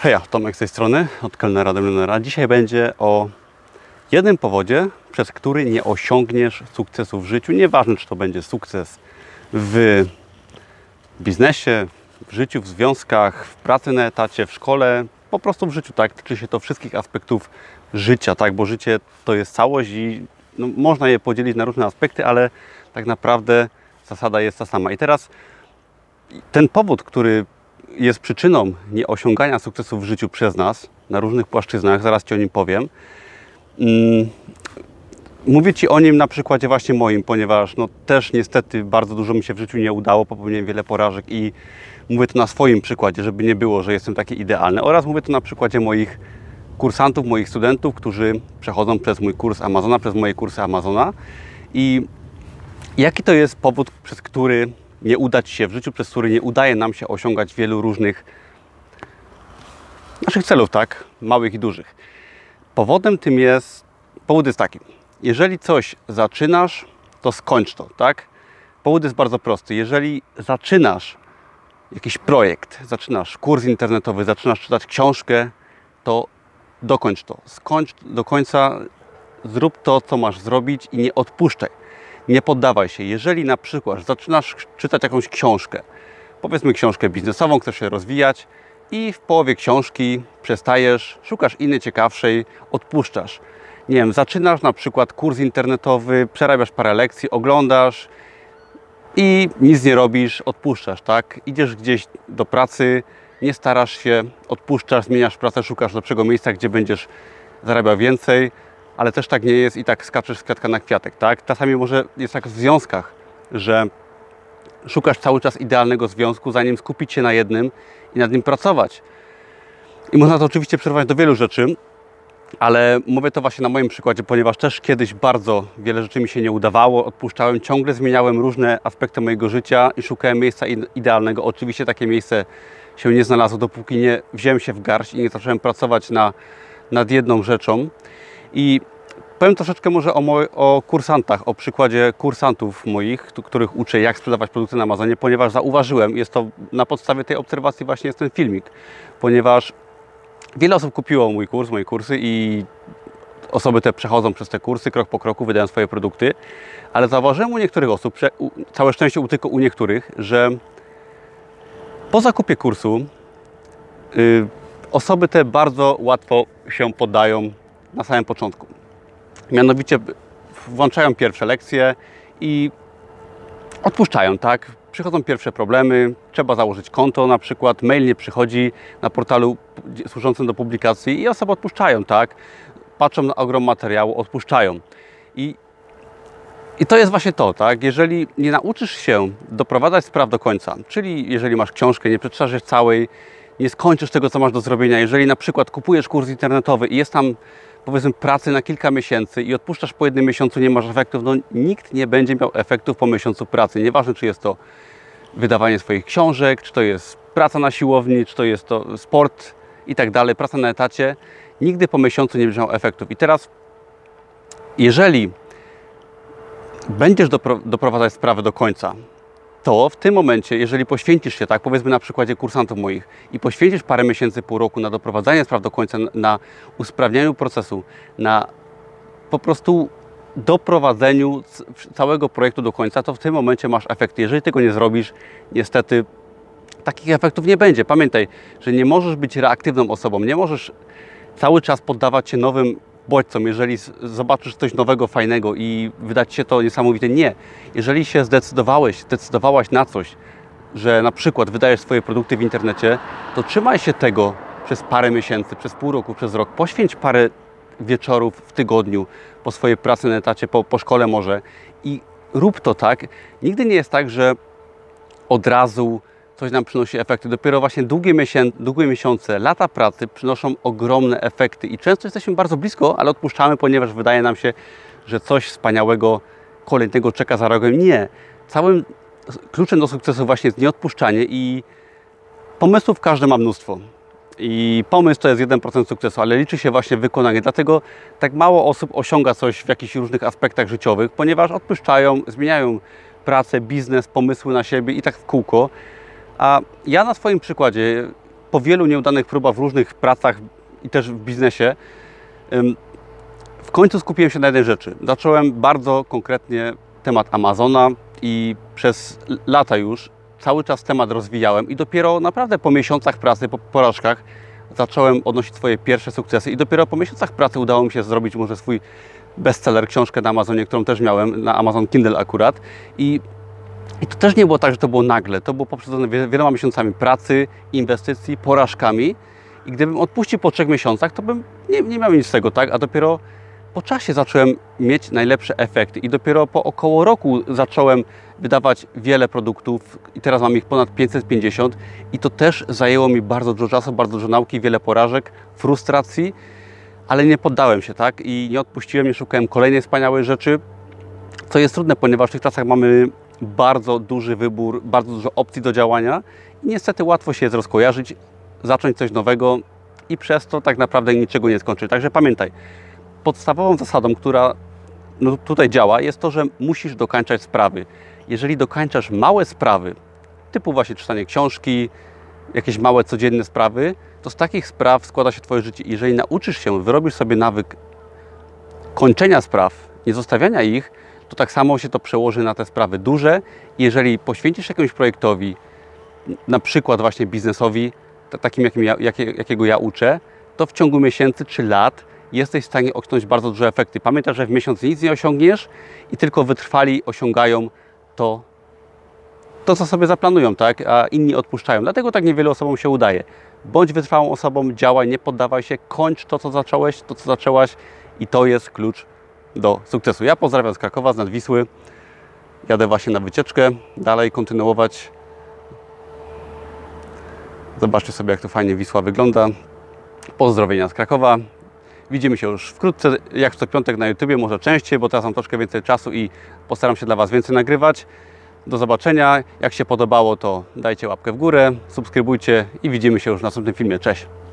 Heja, Tomek z tej strony, od kelnera do milionera. Dzisiaj będzie o jednym powodzie, przez który nie osiągniesz sukcesu w życiu. Nieważne, czy to będzie sukces w biznesie, w życiu, w związkach, w pracy na etacie, w szkole, po prostu w życiu, tak? Tyczy się to wszystkich aspektów życia, tak? Bo życie to jest całość i można je podzielić na różne aspekty, ale tak naprawdę zasada jest ta sama. I teraz ten powód, który jest przyczyną nieosiągania sukcesu w życiu przez nas na różnych płaszczyznach, zaraz Ci o nim powiem. Mówię Ci o nim na przykładzie właśnie moim, ponieważ też niestety bardzo dużo mi się w życiu nie udało, popełniłem wiele porażek i mówię to na swoim przykładzie, żeby nie było, że jestem taki idealny, oraz mówię to na przykładzie moich kursantów, moich studentów, którzy przechodzą przez mój kurs Amazona, przez moje kursy Amazona. I jaki to jest powód, przez który nie uda Ci się w życiu, przez który nie udaje nam się osiągać wielu różnych naszych celów, tak? Małych i dużych. Powód jest taki. Jeżeli coś zaczynasz, to skończ to, tak? Powód jest bardzo prosty. Jeżeli zaczynasz jakiś projekt, zaczynasz kurs internetowy, zaczynasz czytać książkę, to dokończ to. Skończ do końca, zrób to, co masz zrobić i nie odpuszczaj. Nie poddawaj się. Jeżeli na przykład zaczynasz czytać jakąś książkę, powiedzmy książkę biznesową, chcesz się rozwijać i w połowie książki przestajesz, szukasz innej, ciekawszej, odpuszczasz. Nie wiem, zaczynasz na przykład kurs internetowy, przerabiasz parę lekcji, oglądasz i nic nie robisz, odpuszczasz, tak? Idziesz gdzieś do pracy, nie starasz się, odpuszczasz, zmieniasz pracę, szukasz lepszego miejsca, gdzie będziesz zarabiał więcej, ale też tak nie jest i tak skaczesz z kwiatka na kwiatek, tak? Czasami może jest tak w związkach, że szukasz cały czas idealnego związku, zanim skupić się na jednym i nad nim pracować. I można to oczywiście przerwać do wielu rzeczy, ale mówię to właśnie na moim przykładzie, ponieważ też kiedyś bardzo wiele rzeczy mi się nie udawało, odpuszczałem, ciągle zmieniałem różne aspekty mojego życia i szukałem miejsca idealnego. Oczywiście takie miejsce się nie znalazło, dopóki nie wziąłem się w garść i nie zacząłem pracować nad jedną rzeczą. I powiem troszeczkę może o kursantach, o przykładzie kursantów moich, których uczę, jak sprzedawać produkty na Amazonie, ponieważ zauważyłem, jest to na podstawie tej obserwacji właśnie jest ten filmik, ponieważ wiele osób kupiło mój kurs, moje kursy i osoby te przechodzą przez te kursy, krok po kroku, wydają swoje produkty, ale zauważyłem u niektórych osób, całe szczęście tylko u niektórych, że po zakupie kursu osoby te bardzo łatwo się poddają na samym początku. Mianowicie włączają pierwsze lekcje i odpuszczają, tak? Przychodzą pierwsze problemy, trzeba założyć konto na przykład, mail nie przychodzi na portalu służącym do publikacji i osoby odpuszczają, tak? Patrzą na ogrom materiału, odpuszczają. I to jest właśnie to, tak? Jeżeli nie nauczysz się doprowadzać spraw do końca, czyli jeżeli masz książkę, nie przeczytasz całej, nie skończysz tego, co masz do zrobienia, jeżeli na przykład kupujesz kurs internetowy i jest tam powiedzmy pracy na kilka miesięcy i odpuszczasz po jednym miesiącu, nie masz efektów, nikt nie będzie miał efektów po miesiącu pracy. Nieważne, czy jest to wydawanie swoich książek, czy to jest praca na siłowni, czy to jest to sport i tak dalej, praca na etacie, nigdy po miesiącu nie będziesz miał efektów. I teraz, jeżeli będziesz doprowadzać sprawę do końca, to w tym momencie, jeżeli poświęcisz się, tak, powiedzmy na przykładzie kursantów moich i poświęcisz parę miesięcy, pół roku na doprowadzanie spraw do końca, na usprawnianiu procesu, na po prostu doprowadzeniu całego projektu do końca, to w tym momencie masz efekty. Jeżeli tego nie zrobisz, niestety takich efektów nie będzie. Pamiętaj, że nie możesz być reaktywną osobą, nie możesz cały czas poddawać się nowym bodźcom, jeżeli zobaczysz coś nowego, fajnego i wydać się to niesamowite. Nie. Jeżeli się zdecydowałaś na coś, że na przykład wydajesz swoje produkty w internecie, to trzymaj się tego przez parę miesięcy, przez pół roku, przez rok. Poświęć parę wieczorów w tygodniu po swojej pracy na etacie, po szkole może i rób to, tak. Nigdy nie jest tak, że od razu coś nam przynosi efekty. Dopiero właśnie długie miesiące, lata pracy przynoszą ogromne efekty i często jesteśmy bardzo blisko, ale odpuszczamy, ponieważ wydaje nam się, że coś wspaniałego kolejnego czeka za rogiem. Nie. Całym kluczem do sukcesu właśnie jest nieodpuszczanie i pomysłów każdy ma mnóstwo. I pomysł to jest 1% sukcesu, ale liczy się właśnie wykonanie. Dlatego tak mało osób osiąga coś w jakichś różnych aspektach życiowych, ponieważ odpuszczają, zmieniają pracę, biznes, pomysły na siebie i tak w kółko. A ja na swoim przykładzie po wielu nieudanych próbach w różnych pracach i też w biznesie, w końcu skupiłem się na jednej rzeczy. Zacząłem bardzo konkretnie temat Amazona i przez lata już cały czas temat rozwijałem i dopiero naprawdę po miesiącach pracy, po porażkach zacząłem odnosić swoje pierwsze sukcesy i dopiero po miesiącach pracy udało mi się zrobić może swój bestseller, książkę na Amazonie, którą też miałem, na Amazon Kindle akurat. I to też nie było tak, że to było nagle. To było poprzedzone wieloma miesiącami pracy, inwestycji, porażkami. I gdybym odpuścił po 3 miesiącach, to bym nie miał nic z tego, tak? A dopiero po czasie zacząłem mieć najlepsze efekty i dopiero po około roku zacząłem wydawać wiele produktów i teraz mam ich ponad 550 i to też zajęło mi bardzo dużo czasu, bardzo dużo nauki, wiele porażek, frustracji, ale nie poddałem się, tak? I nie odpuściłem, nie szukałem kolejnej wspaniałej rzeczy, co jest trudne, ponieważ w tych czasach mamy bardzo duży wybór, bardzo dużo opcji do działania i niestety łatwo się jest rozkojarzyć, zacząć coś nowego i przez to tak naprawdę niczego nie skończyć. Także pamiętaj, podstawową zasadą, która tutaj działa, jest to, że musisz dokańczać sprawy. Jeżeli dokańczasz małe sprawy, typu właśnie czytanie książki, jakieś małe codzienne sprawy, to z takich spraw składa się Twoje życie. Jeżeli nauczysz się, wyrobisz sobie nawyk kończenia spraw, nie zostawiania ich, to tak samo się to przełoży na te sprawy duże. Jeżeli poświęcisz jakiemuś projektowi, na przykład właśnie biznesowi, takim jakiego ja uczę, to w ciągu miesięcy czy lat jesteś w stanie osiągnąć bardzo duże efekty. Pamiętaj, że w miesiąc nic nie osiągniesz i tylko wytrwali osiągają to, co sobie zaplanują, tak? A inni odpuszczają. Dlatego tak niewielu osobom się udaje. Bądź wytrwałą osobą, działaj, nie poddawaj się, kończ to, co zacząłeś, to, co zaczęłaś i to jest klucz do sukcesu. Ja pozdrawiam z Krakowa, z Nadwisły. Jadę właśnie na wycieczkę, dalej kontynuować. Zobaczcie sobie, jak to fajnie Wisła wygląda. Pozdrowienia z Krakowa. Widzimy się już wkrótce, jak co piątek na YouTubie, może częściej, bo teraz mam troszkę więcej czasu i postaram się dla Was więcej nagrywać. Do zobaczenia. Jak się podobało, to dajcie łapkę w górę, subskrybujcie i widzimy się już w następnym filmie. Cześć!